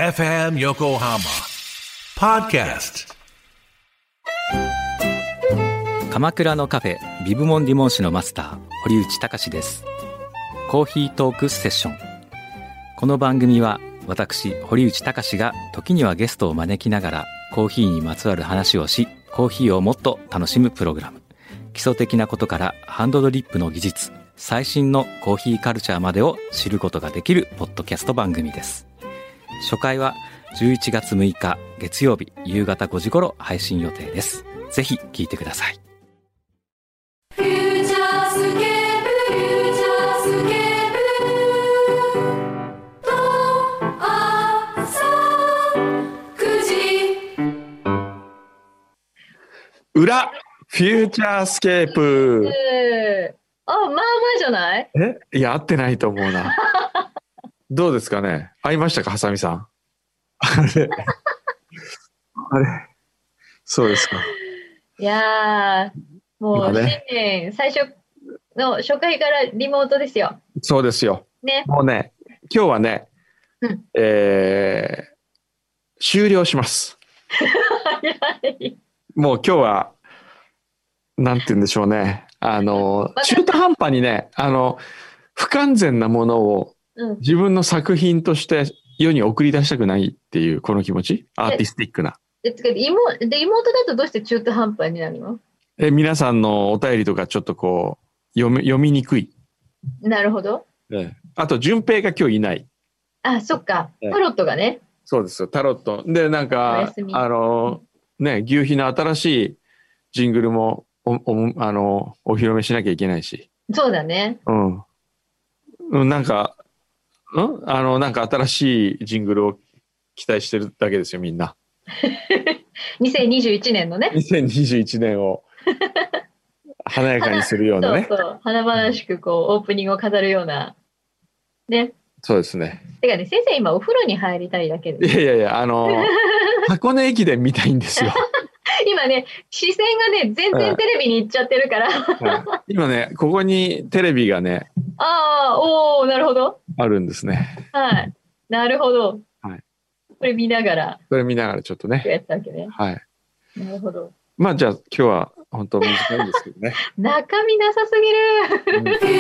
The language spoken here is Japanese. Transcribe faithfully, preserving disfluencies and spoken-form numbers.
エフエム Yokohama Podcast。 鎌倉のカフェビブモンディモン市のマスター堀内隆です。コーヒートークセッション。この番組は私堀内隆が時にはゲストを招きながらコーヒーにまつわる話をし、コーヒーをもっと楽しむプログラム。基礎的なことからハンドドリップの技術、最新のコーヒーカルチャーまでを知ることができるポッドキャスト番組です。初回はじゅういちがつむいか月曜日夕方ごじ頃配信予定です。ぜひ聞いてください。 フューチャースケープ、フューチャースケープと朝くじ裏フューチャースケープ。 えー、あ、まあまあじゃない？ え、いや合ってないと思うな。どうですかね。合いましたか、ハサミさん。あれ、あれ、そうですか。 いやー、もう新まあね年最初の初回からリモートですよ。 そうですよ。 ね。 もうね、今日はね、 うんえー終了します。 早い。 もう今日はなんて言うんでしょうね。あのた中途半端にね、あの不完全なものをうん。 自分の作品として世に送り出したくないっていうこの気持ち、アーティスティックな。 で、つか妹で妹だとどうして中途半端になるの？ え皆さんのお便りとかちょっとこう読み読みにくい。 なるほど。 ええあと順平が今日いない。 あ、そっか。 ええタロットがね。 そうですよ、タロットでなんおか休みあのね、牛皮の新しいジングルもおおあのお披露目しなきゃいけないし、 そうだね。 うん、うんなんか、うんあのなんか新しいジングルを期待してるだけですよみんな。 にせんにじゅういちねんのね。 にせんにじゅういちねんを華やかにするようなね。 そうそう。華々しくこうオープニングを飾るような。ね。 そうですね。 てかね、先生今お風呂に入りたいだけいです。 やいやいや、あの箱根駅伝見たいんですよ。 今ね、視線がね、全然テレビに行っちゃってるから。 はい今ね、ここにテレビがね、 ああ、おー、なるほど。 あるんですね。 はい。なるほど。 はいこれ見ながらそれ見ながらちょっとね。 やったわけね。 はい。 なるほど。 まあじゃあ今日は本当短いんですけどね。 中身なさすぎる。 フュー